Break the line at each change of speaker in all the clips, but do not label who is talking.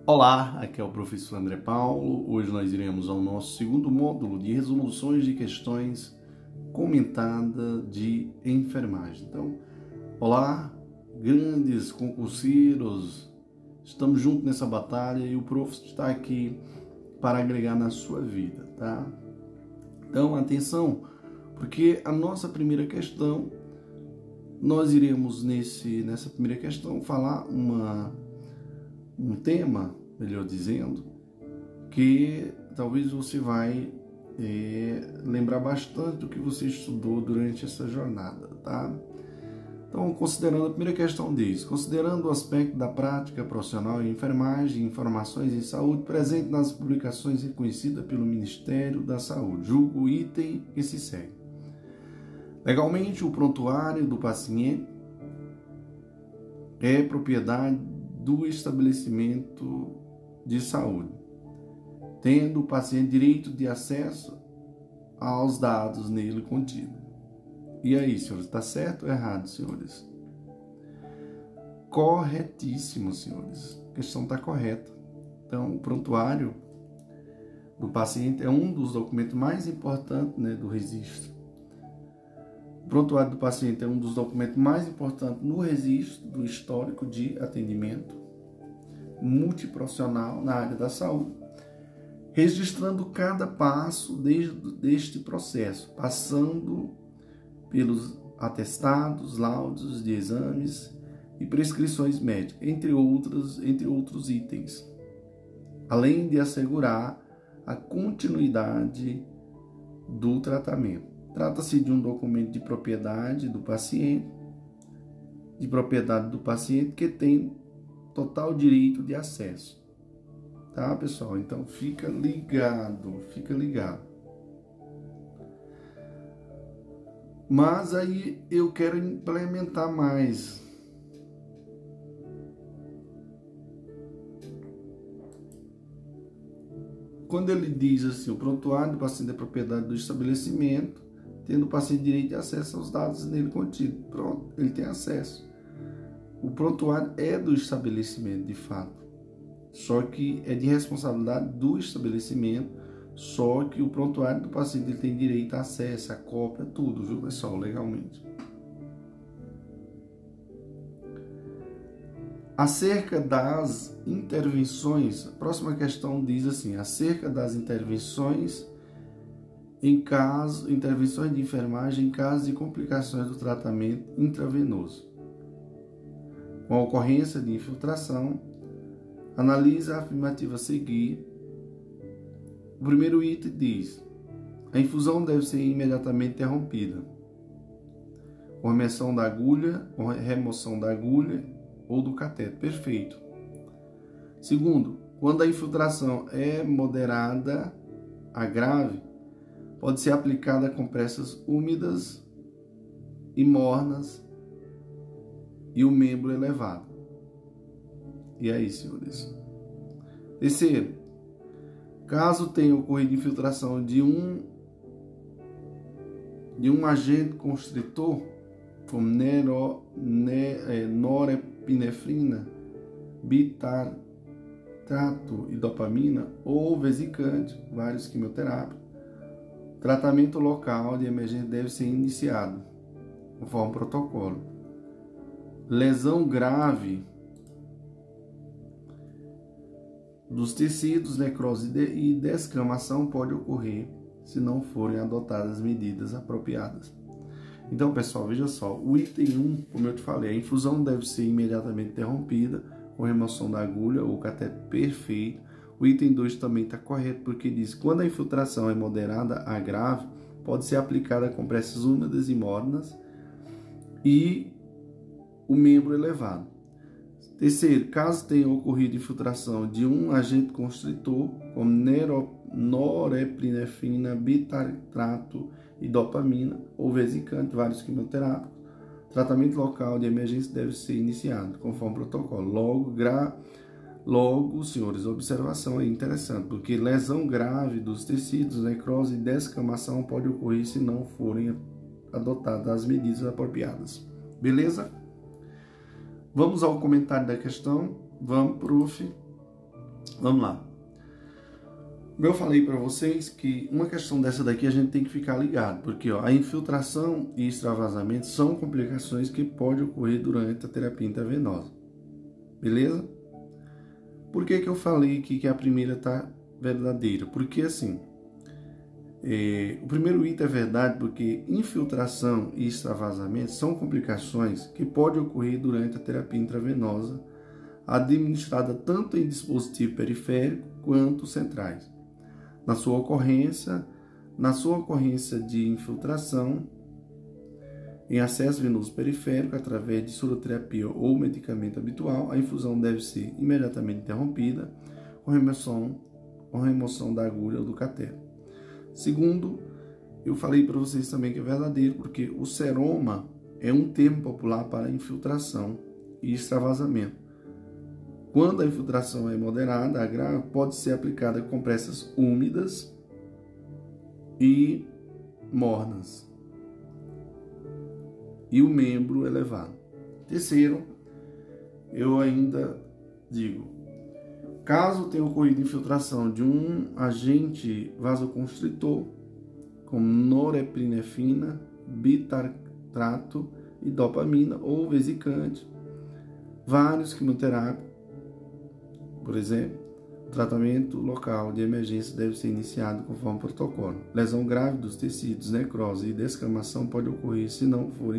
Olá, aqui é o professor André Paulo. Hoje nós iremos ao nosso segundo módulo de resoluções de questões comentadas de enfermagem. Então, olá, grandes concurseiros, estamos juntos nessa batalha e o prof está aqui para agregar na sua vida, tá? Então, atenção, porque a nossa primeira questão, nós iremos nessa primeira questão falar um tema, melhor dizendo, que talvez você vai lembrar bastante do que você estudou durante essa jornada, tá? Então, considerando a primeira questão diz, considerando o aspecto da prática profissional em enfermagem e informações em saúde presente nas publicações reconhecidas pelo Ministério da Saúde, julgo o item que se segue. Legalmente, o prontuário do paciente é propriedade do estabelecimento de saúde, tendo o paciente direito de acesso aos dados nele contidos. E aí, senhores, está certo ou errado, senhores? Corretíssimo, senhores. A questão está correta. Então, o prontuário do paciente é um dos documentos mais importantes, né, do registro. O prontuário do paciente é um dos documentos mais importantes no registro do histórico de atendimento multiprofissional na área da saúde, registrando cada passo deste processo, passando pelos atestados, laudos de exames e prescrições médicas, entre outros itens, além de assegurar a continuidade do tratamento. Trata-se de um documento de propriedade do paciente, que tem total direito de acesso. Tá, pessoal? Então, fica ligado. Mas aí eu quero implementar mais. Quando ele diz assim, o prontuário do paciente é propriedade do estabelecimento, tendo o paciente direito de acesso aos dados nele contidos. Pronto, ele tem acesso. O prontuário é do estabelecimento, de fato. Só que é de responsabilidade do estabelecimento, só que o prontuário do paciente ele tem direito a acesso, a cópia, tudo, viu, pessoal, legalmente. Acerca das intervenções, a próxima questão diz assim, acerca das intervenções de enfermagem em caso de complicações do tratamento intravenoso. Com a ocorrência de infiltração, analisa a afirmativa a seguir. O primeiro item diz, a infusão deve ser imediatamente interrompida, com remoção da agulha ou do cateter. Perfeito. Segundo, quando a infiltração é moderada a grave, pode ser aplicada compressas úmidas e mornas e o membro elevado. E aí, senhores? Terceiro, caso tenha ocorrido infiltração de um agente constritor, como norepinefrina, bitartrato e dopamina, ou vesicante, vários quimioterápicos, tratamento local de emergência deve ser iniciado, conforme o protocolo. Lesão grave dos tecidos, necrose e descamação pode ocorrer se não forem adotadas medidas apropriadas. Então, pessoal, veja só, o item 1, como eu te falei, a infusão deve ser imediatamente interrompida com remoção da agulha ou cateter. Perfeito. O item 2 também está correto, porque diz que quando a infiltração é moderada a grave, pode ser aplicada compressas úmidas e mornas e o membro elevado. Terceiro, caso tenha ocorrido infiltração de um agente constritor, como norepinefrina, bitartrato e dopamina, ou vesicante, vários quimioterápicos, tratamento local de emergência deve ser iniciado, conforme o protocolo. Logo, senhores, observação é interessante, porque lesão grave dos tecidos, necrose e descamação pode ocorrer se não forem adotadas as medidas apropriadas. Beleza? Vamos ao comentário da questão. Vamos, prof. Vamos lá. Eu falei para vocês que uma questão dessa daqui a gente tem que ficar ligado, porque a infiltração e extravasamento são complicações que podem ocorrer durante a terapia intravenosa. Beleza? Por que eu falei que a primeira está verdadeira? Porque assim, o primeiro item é verdade porque infiltração e extravasamento são complicações que podem ocorrer durante a terapia intravenosa, administrada tanto em dispositivo periférico quanto centrais. Na sua ocorrência de infiltração em acesso venoso periférico através de soroterapia ou medicamento habitual, a infusão deve ser imediatamente interrompida com remoção da agulha ou do cateter. Segundo, eu falei para vocês também que é verdadeiro, porque o seroma é um termo popular para infiltração e extravasamento. Quando a infiltração é moderada, a grave pode ser aplicada com compressas úmidas e mornas e o membro elevado. Terceiro, eu ainda digo, caso tenha ocorrido infiltração de um agente vasoconstritor, como norepinefrina, bitartrato e dopamina ou vesicante, vários quimioterápicos, por exemplo, o tratamento local de emergência deve ser iniciado conforme o protocolo. Lesão grave dos tecidos, necrose e descamação pode ocorrer se não forem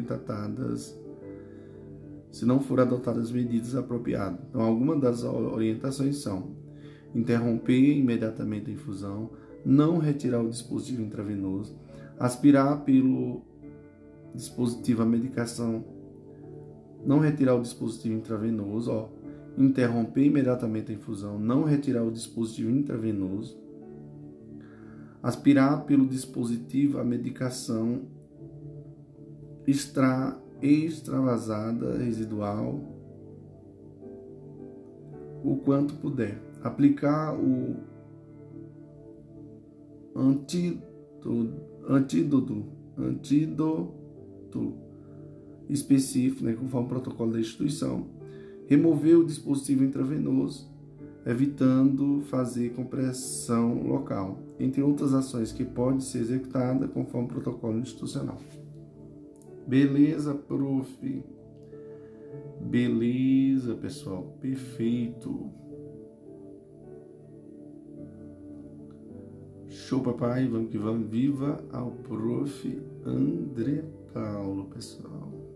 adotadas medidas apropriadas. Então, algumas das orientações são: interromper imediatamente a infusão, não retirar o dispositivo intravenoso, aspirar pelo dispositivo a medicação, não retirar o dispositivo intravenoso, interromper imediatamente a infusão, não retirar o dispositivo intravenoso, aspirar pelo dispositivo a medicação extravasada residual o quanto puder, aplicar o antídoto específico, conforme o protocolo da instituição, remover o dispositivo intravenoso, evitando fazer compressão local, entre outras ações que podem ser executadas conforme o protocolo institucional. Beleza, prof? Beleza, pessoal? Perfeito. Show, papai. Vamos que vamos. Viva ao prof. André Paulo, pessoal.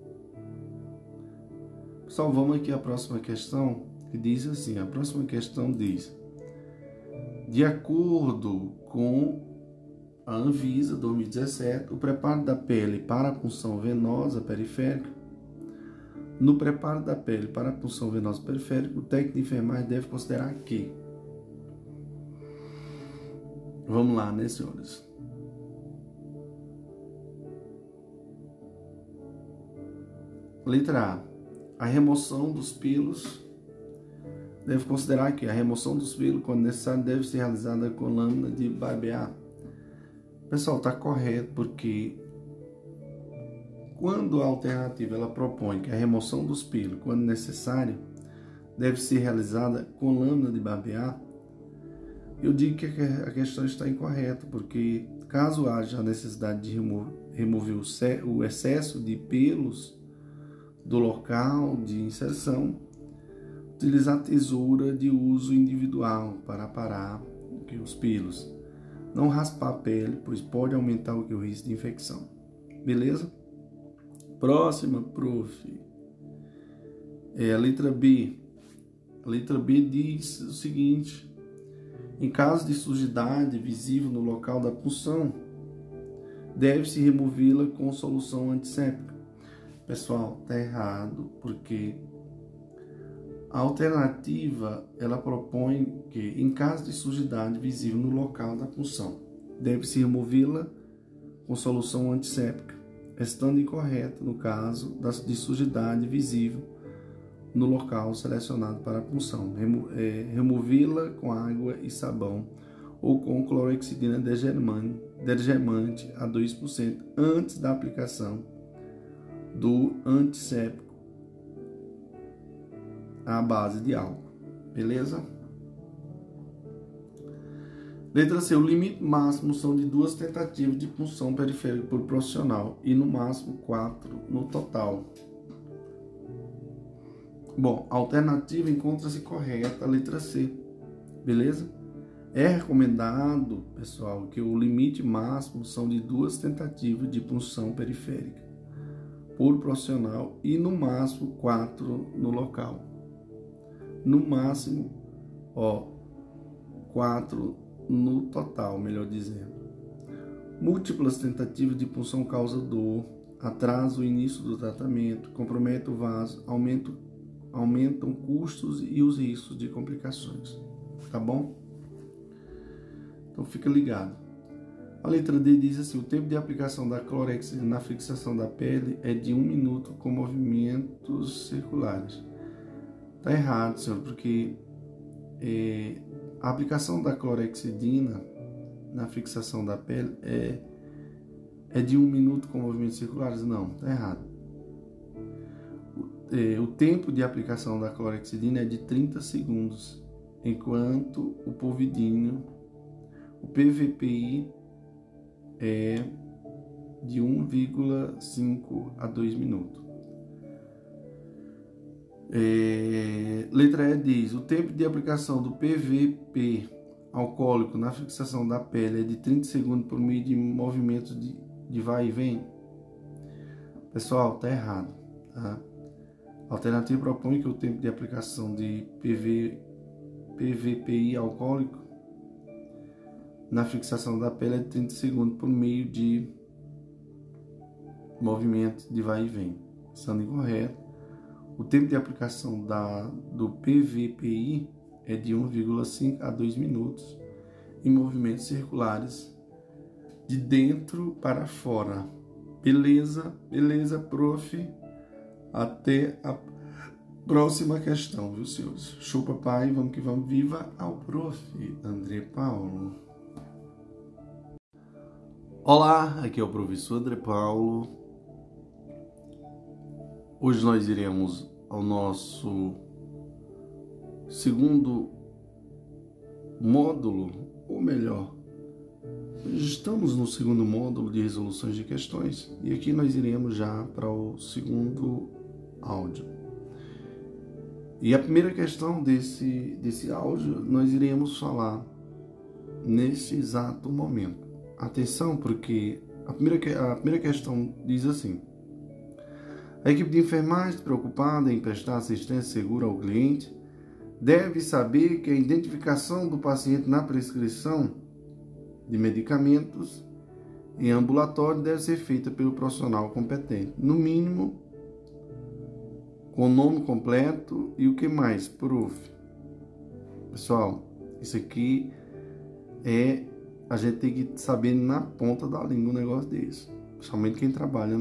Pessoal, vamos aqui à próxima questão, que diz assim, a próxima questão diz: de acordo com a Anvisa 2017, o preparo da pele para a punção venosa periférica, no preparo da pele para a punção venosa periférica, o técnico de enfermagem deve considerar que... Vamos lá, né, senhores? Letra A remoção dos pelos, deve considerar que a remoção dos pelos, quando necessário, deve ser realizada com lâmina de barbear. Pessoal, está correto, porque quando a alternativa ela propõe que a remoção dos pelos, quando necessário, deve ser realizada com lâmina de barbear, eu digo que a questão está incorreta, porque caso haja a necessidade de remover o excesso de pelos do local de inserção, utilizar tesoura de uso individual para aparar os pelos. Não raspar a pele, pois pode aumentar o risco de infecção. Beleza? Próxima, prof. É a letra B. A letra B diz o seguinte: em caso de sujidade visível no local da punção, deve-se removê-la com solução antisséptica. Pessoal, está errado, porque a alternativa, ela propõe que, em caso de sujidade visível no local da punção, deve-se removê-la com solução antisséptica, estando incorreta no caso de sujidade visível no local selecionado para a punção. Removê-la com água e sabão ou com clorexidina degermante a 2% antes da aplicação do antisséptico à base de álcool. Beleza? Letra C. O limite máximo são de 2 tentativas de punção periférica por profissional e no máximo 4 no total. Bom, a alternativa encontra-se correta, a letra C. Beleza? É recomendado, pessoal, que o limite máximo são de 2 tentativas de punção periférica por profissional e no máximo 4 no local. No máximo, 4 no total, melhor dizendo. Múltiplas tentativas de punção causam dor, atrasa o início do tratamento, compromete o vaso, aumentam custos e os riscos de complicações. Tá bom? Então fica ligado. A letra D diz assim: o tempo de aplicação da clorexidina na fixação da pele é de 1 minuto com movimentos circulares. Tá errado, senhor, porque a aplicação da clorexidina na fixação da pele é de 1 minuto com movimentos circulares? Não, tá errado. O tempo de aplicação da clorexidina é de 30 segundos, enquanto o povidínio, o PVPI, é de 1,5 a 2 minutos. Letra E diz: o tempo de aplicação do PVP alcoólico na fixação da pele é de 30 segundos por meio de movimentos de vai e vem. Pessoal, tá errado, tá? A alternativa propõe que o tempo de aplicação de PVPI alcoólico na fixação da pele é de 30 segundos por meio de movimentos de vai e vem. Sendo incorreto, o tempo de aplicação do PVPI é de 1,5 a 2 minutos em movimentos circulares de dentro para fora. Beleza? Beleza, prof? Até a próxima questão, viu, senhores? Show, papai. Vamos que vamos. Viva ao prof. André Paulo. Olá, aqui é o professor André Paulo. Hoje nós iremos ao nosso segundo módulo, ou melhor, estamos no segundo módulo de resoluções de questões e aqui nós iremos já para o segundo áudio. E a primeira questão desse áudio nós iremos falar nesse exato momento. Atenção, porque a primeira questão diz assim: a equipe de enfermagem, preocupada em prestar assistência segura ao cliente, deve saber que a identificação do paciente na prescrição de medicamentos em ambulatório deve ser feita pelo profissional competente, no mínimo com o nome completo e o que mais, prof. Pessoal, isso aqui a gente tem que saber na ponta da língua um negócio desse, principalmente quem trabalha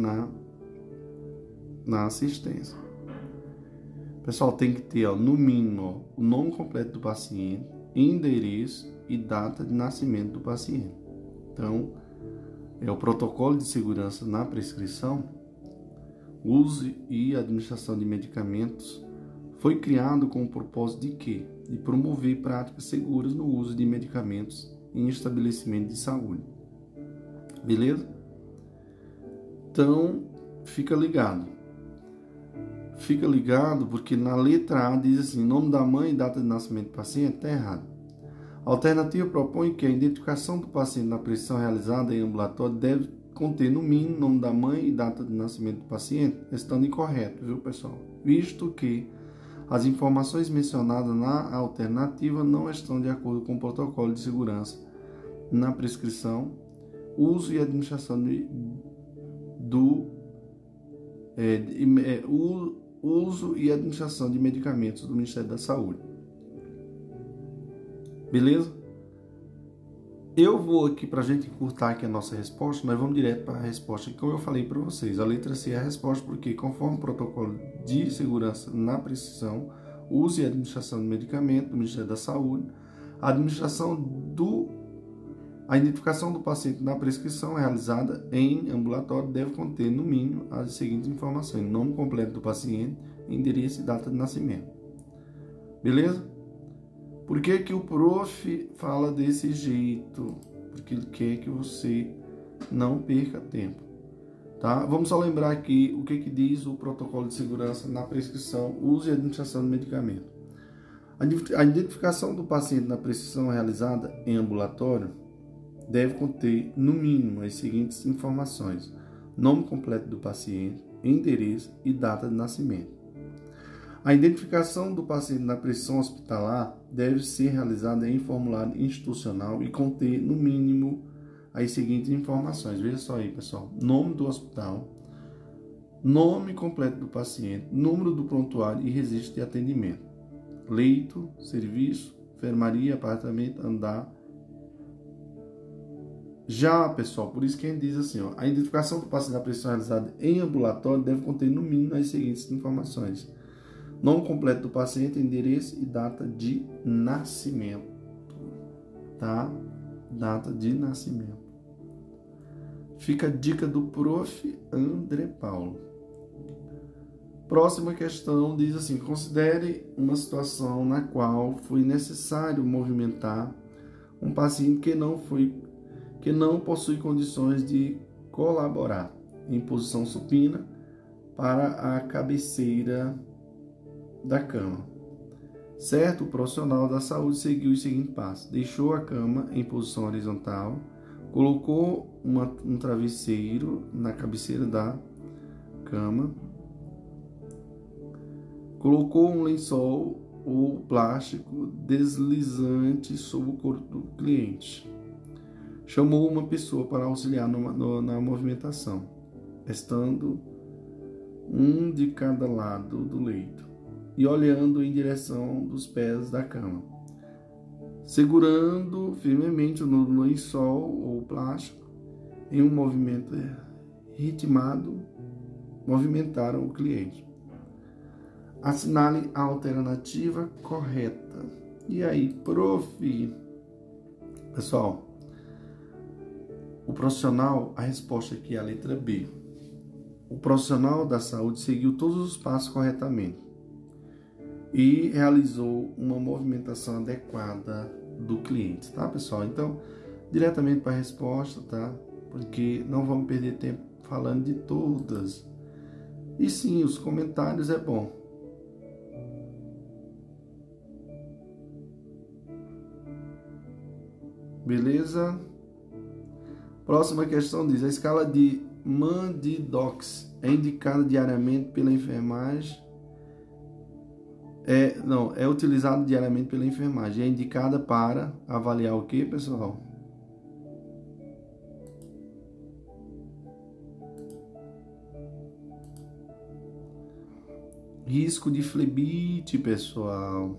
na assistência. Pessoal, tem que ter no mínimo o nome completo do paciente, endereço e data de nascimento do paciente. Então, o protocolo de segurança na prescrição, uso e administração de medicamentos foi criado com o propósito de quê? De promover práticas seguras no uso de medicamentos em estabelecimento de saúde. Beleza? Então, fica ligado. Fica ligado porque na letra A diz assim: nome da mãe e data de nascimento do paciente. Está errado. A alternativa propõe que a identificação do paciente na prescrição realizada em ambulatório deve conter no mínimo nome da mãe e data de nascimento do paciente, estando incorreto, viu, pessoal? Visto que as informações mencionadas na alternativa não estão de acordo com o protocolo de segurança na prescrição, uso e administração uso e administração de medicamentos do Ministério da Saúde. Beleza? Eu vou aqui, para a gente encurtar aqui a nossa resposta, nós vamos direto para a resposta. Como eu falei para vocês, a letra C é a resposta porque, conforme o protocolo de segurança na prescrição, uso e administração de medicamentos do Ministério da Saúde, a identificação do paciente na prescrição realizada em ambulatório deve conter, no mínimo, as seguintes informações: nome completo do paciente, endereço e data de nascimento. Beleza? Por que que o prof fala desse jeito? Porque ele quer que você não perca tempo, tá? Vamos só lembrar aqui o que diz o protocolo de segurança na prescrição, uso e administração do medicamento. A identificação do paciente na prescrição realizada em ambulatório deve conter, no mínimo, as seguintes informações: nome completo do paciente, endereço e data de nascimento. A identificação do paciente na prescrição hospitalar deve ser realizada em formulário institucional e conter, no mínimo, as seguintes informações. Veja só aí, pessoal: nome do hospital, nome completo do paciente, número do prontuário e registro de atendimento, leito, serviço, enfermaria, apartamento, andar. Já, pessoal, por isso que a gente diz assim, ó, a identificação do paciente na prescrição realizada em ambulatório deve conter, no mínimo, as seguintes informações: nome completo do paciente, endereço e data de nascimento, tá? Data de nascimento. Fica a dica do prof. André Paulo. Próxima questão diz assim: considere uma situação na qual foi necessário movimentar um paciente que não possui condições de colaborar em posição supina para a cabeceira da cama. Certo? O profissional da saúde seguiu os seguintes passos: deixou a cama em posição horizontal, colocou um travesseiro na cabeceira da cama, colocou um lençol ou plástico deslizante sobre o corpo do cliente, chamou uma pessoa para auxiliar na movimentação, estando um de cada lado do leito e olhando em direção dos pés da cama, segurando firmemente no lençol ou plástico. Em um movimento ritmado, movimentaram o cliente. Assinale a alternativa correta. E aí, prof? Pessoal, o profissional, a resposta aqui é a letra B. O profissional da saúde seguiu todos os passos corretamente e realizou uma movimentação adequada do cliente, tá, pessoal? Então, diretamente para a resposta, tá? Porque não vamos perder tempo falando de todas. E sim, os comentários é bom. Beleza? Próxima questão diz: a escala de Mann-Dox é indicada diariamente pela enfermagem. É utilizada diariamente pela enfermagem. É indicada para avaliar o que, pessoal? Risco de flebite, pessoal.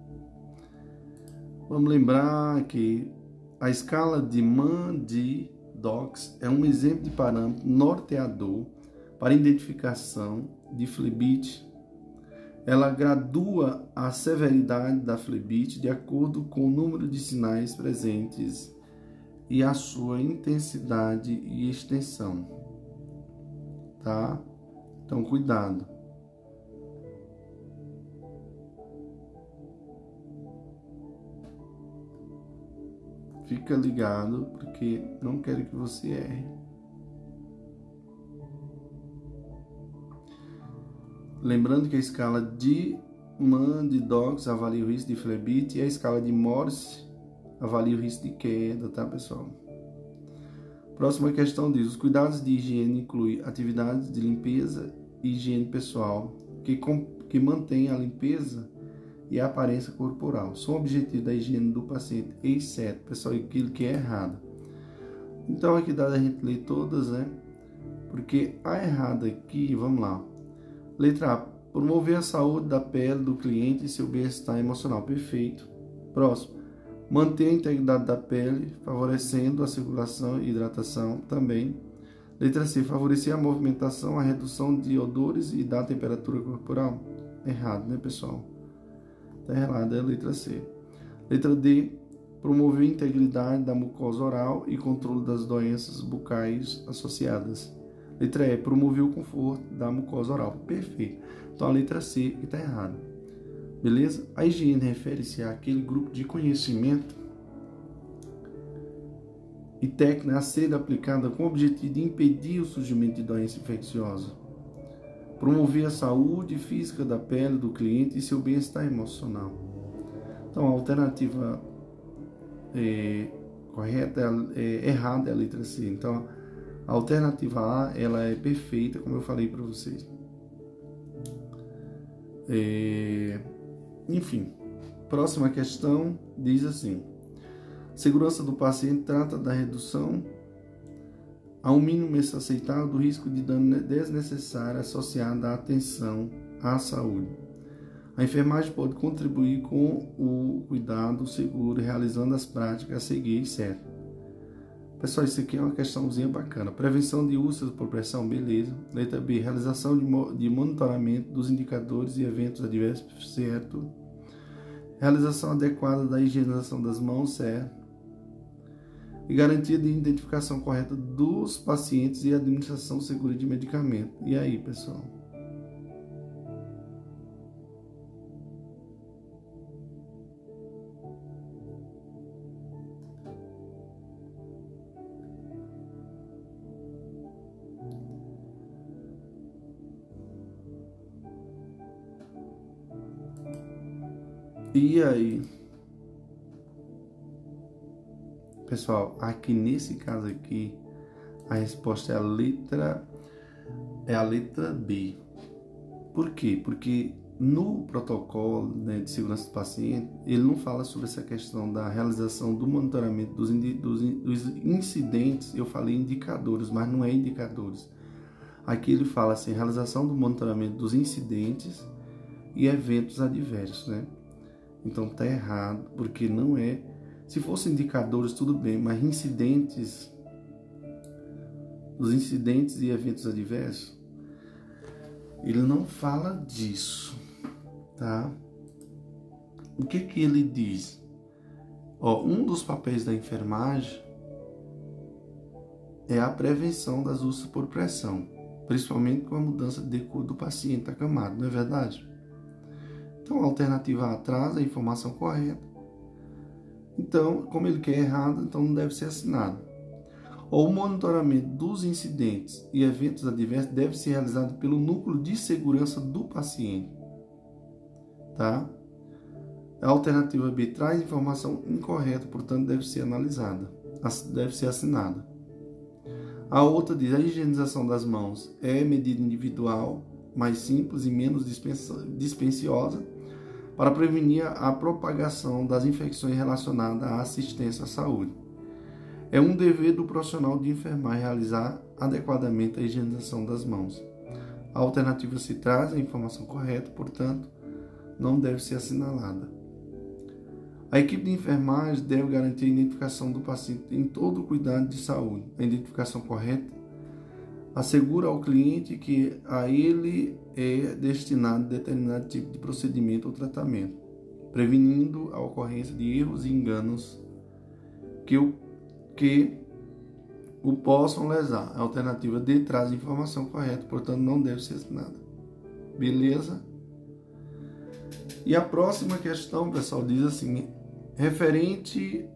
Vamos lembrar que a escala de Mann-Dox é um exemplo de parâmetro norteador para identificação de flebite. Ela gradua a severidade da flebite de acordo com o número de sinais presentes e a sua intensidade e extensão, tá? Então, cuidado. Fica ligado, porque não quero que você erre. Lembrando que a escala de Mann-Dox avalia o risco de flebite e a escala de Morse avalia o risco de queda, tá, pessoal? Próxima questão diz: os cuidados de higiene incluem atividades de limpeza e higiene pessoal que mantêm a limpeza e a aparência corporal. São objetivos da higiene do paciente, exceto, pessoal, aquilo que é errado. Então aqui dá a gente ler todas, né? Porque a errada aqui, vamos lá. Letra A: promover a saúde da pele do cliente e seu bem-estar emocional. Perfeito. Próximo: manter a integridade da pele, favorecendo a circulação e hidratação. Também. Letra C: favorecer a movimentação, a redução de odores e da temperatura corporal. Errado, né, pessoal? Está errada, é a letra C. Letra D: promover a integridade da mucosa oral e controle das doenças bucais associadas. Letra E: promover o conforto da mucosa oral. Perfeito. Então a letra C está errada. Beleza? A higiene refere-se àquele grupo de conhecimento e técnica a ser aplicada com o objetivo de impedir o surgimento de doença infecciosa, promover a saúde física da pele do cliente e seu bem-estar emocional. Então, a alternativa correta errada é a letra C. Então, a alternativa A, ela é perfeita, como eu falei para vocês. Enfim, próxima questão diz assim: segurança do paciente trata da redução ao mínimo aceitável do risco de dano desnecessário associado à atenção à saúde. A enfermagem pode contribuir com o cuidado seguro, realizando as práticas a seguir, certo? Pessoal, isso aqui é uma questãozinha bacana. Prevenção de úlceras por pressão, beleza. Letra B, realização de monitoramento dos indicadores e eventos adversos, certo. Realização adequada da higienização das mãos, certo. E garantia de identificação correta dos pacientes e administração segura de medicamento. E aí, pessoal? E aí? Pessoal, aqui nesse caso aqui, a resposta é a letra B. Por quê? Porque no protocolo, né, de segurança do paciente, ele não fala sobre essa questão da realização do monitoramento dos incidentes. Eu falei indicadores, mas não é indicadores. Aqui ele fala assim, realização do monitoramento dos incidentes e eventos adversos, né? Então tá errado, porque não é. Se fossem indicadores, tudo bem, mas os incidentes e eventos adversos, ele não fala disso, tá? O que ele diz? Um dos papéis da enfermagem é a prevenção das úlceras por pressão, principalmente com a mudança de decor do paciente acamado, não é verdade? Então, a alternativa A traz a informação correta. Então, como ele quer errado, então não deve ser assinado. O monitoramento dos incidentes e eventos adversos deve ser realizado pelo núcleo de segurança do paciente. Tá? A alternativa B traz informação incorreta, portanto deve ser analisada, deve ser assinada. A outra diz: a higienização das mãos é medida individual, mais simples e menos dispendiosa para prevenir a propagação das infecções relacionadas à assistência à saúde. É um dever do profissional de enfermagem realizar adequadamente a higienização das mãos. A alternativa se traz a informação correta, portanto, não deve ser assinalada. A equipe de enfermagem deve garantir a identificação do paciente em todo o cuidado de saúde. A identificação correta assegura ao cliente que a ele é destinado determinado tipo de procedimento ou tratamento, prevenindo a ocorrência de erros e enganos que o possam lesar. A alternativa D traz a informação correta, portanto não deve ser assinada. Beleza? E a próxima questão, pessoal, diz assim: referente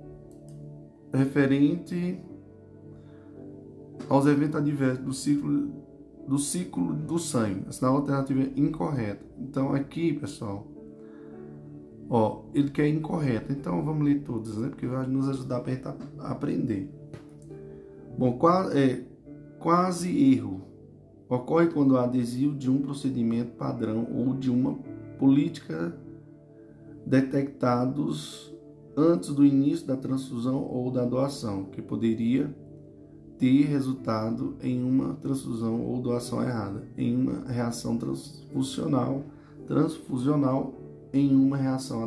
aos eventos adversos do ciclo do sangue. Essa é a alternativa incorreta. Então aqui, pessoal, ele quer incorreta. Então vamos ler todas, né? Porque vai nos ajudar a aprender. Bom, quase erro ocorre quando há desvio de um procedimento padrão ou de uma política detectados antes do início da transfusão ou da doação, que poderia ter resultado em uma transfusão ou doação errada, em uma reação transfusional em uma reação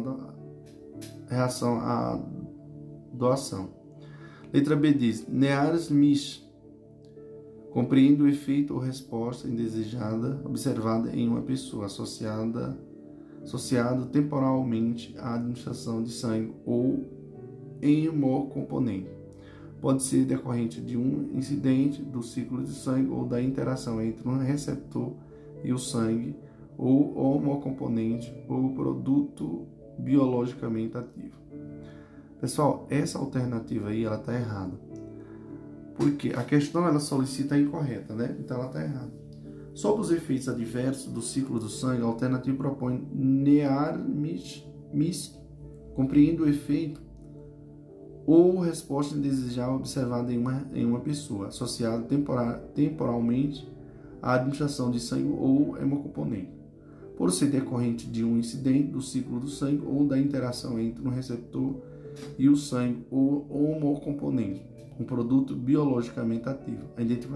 à doação. Letra B diz: Neares-Mich compreende o efeito ou resposta indesejada observada em uma pessoa associado temporalmente à administração de sangue ou hemocomponente. Pode ser decorrente de um incidente do ciclo de sangue ou da interação entre um receptor e o sangue ou homocomponente, ou produto biologicamente ativo. Pessoal, essa alternativa aí, ela está errada. Porque a questão, ela solicita a incorreta, né? Então, ela está errada. Sobre os efeitos adversos do ciclo do sangue, a alternativa propõe NEAR-MIS, compreende o efeito ou resposta indesejável observada em uma pessoa, associada temporalmente à administração de sangue ou hemocomponente, por ser decorrente de um incidente do ciclo do sangue ou da interação entre um receptor e o sangue ou homocomponente, um produto biologicamente ativo.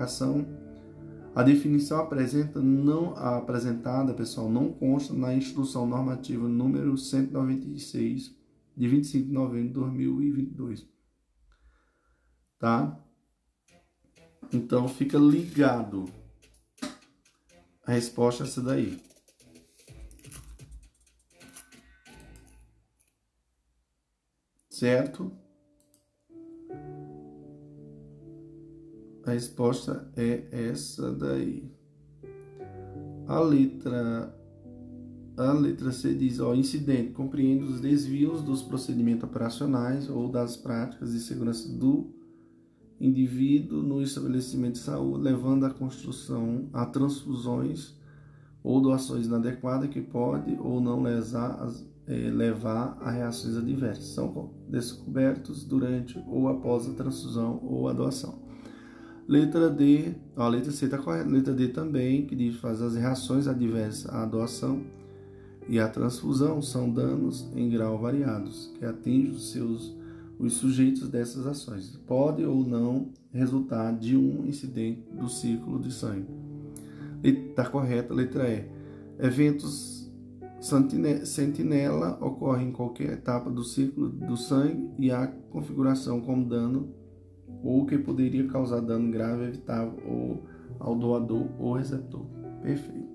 A definição apresentada, pessoal, não consta na Instrução Normativa número 196, de 25 de novembro de 2022. Tá? Então, fica ligado. A resposta é essa daí. Certo? A resposta é essa daí. A letra C diz, incidente compreende os desvios dos procedimentos operacionais ou das práticas de segurança do indivíduo no estabelecimento de saúde, levando à construção, a transfusões ou doações inadequadas que pode ou não levar a reações adversas. São descobertos durante ou após a transfusão ou a doação. Letra D, a letra C está correta. Letra D também, que diz faz as reações adversas à doação e à transfusão são danos em grau variados, que atingem os sujeitos dessas ações. Pode ou não resultar de um incidente do ciclo de sangue. Está correta. Letra E. Eventos sentinela ocorrem em qualquer etapa do ciclo do sangue e a configuração como dano ou que poderia causar dano grave evitável ou ao doador ou receptor. Perfeito.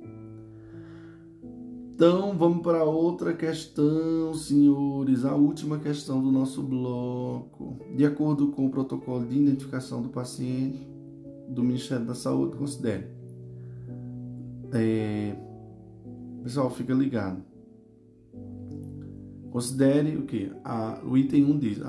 Então, vamos para outra questão, senhores. A última questão do nosso bloco. De acordo com o protocolo de identificação do paciente do Ministério da Saúde, considere. Pessoal, fica ligado. Considere o quê? O item 1 diz,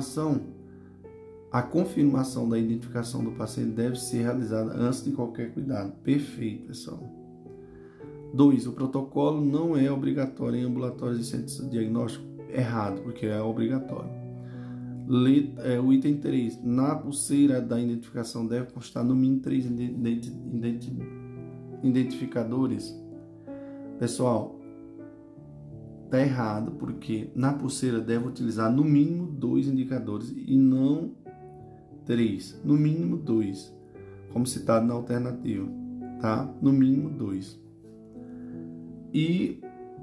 a confirmação da identificação do paciente deve ser realizada antes de qualquer cuidado. Perfeito, pessoal. 2. O protocolo não é obrigatório em ambulatórios de centros de diagnóstico. Errado, porque é obrigatório. O item 3. Na pulseira da identificação deve constar no mínimo 3 identificadores. Pessoal, está errado, porque na pulseira deve utilizar no mínimo 2 indicadores e não 3. No mínimo 2, como citado na alternativa. Tá? No mínimo 2. E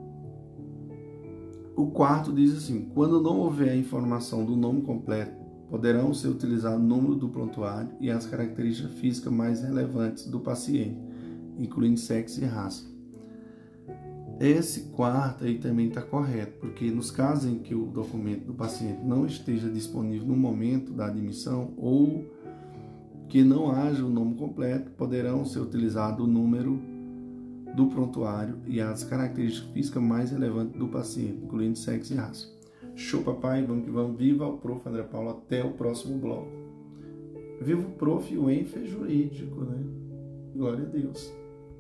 o quarto diz assim, quando não houver a informação do nome completo, poderão ser utilizados o número do prontuário e as características físicas mais relevantes do paciente, incluindo sexo e raça. Esse quarto aí também está correto, porque nos casos em que o documento do paciente não esteja disponível no momento da admissão ou que não haja o nome completo, poderão ser utilizados o número do prontuário e as características físicas mais relevantes do paciente, incluindo sexo e raça. Show, papai, vamos que vamos. Viva o Prof. André Paulo, até o próximo bloco. Viva o Prof. e o Enfer jurídico, né? Glória a Deus.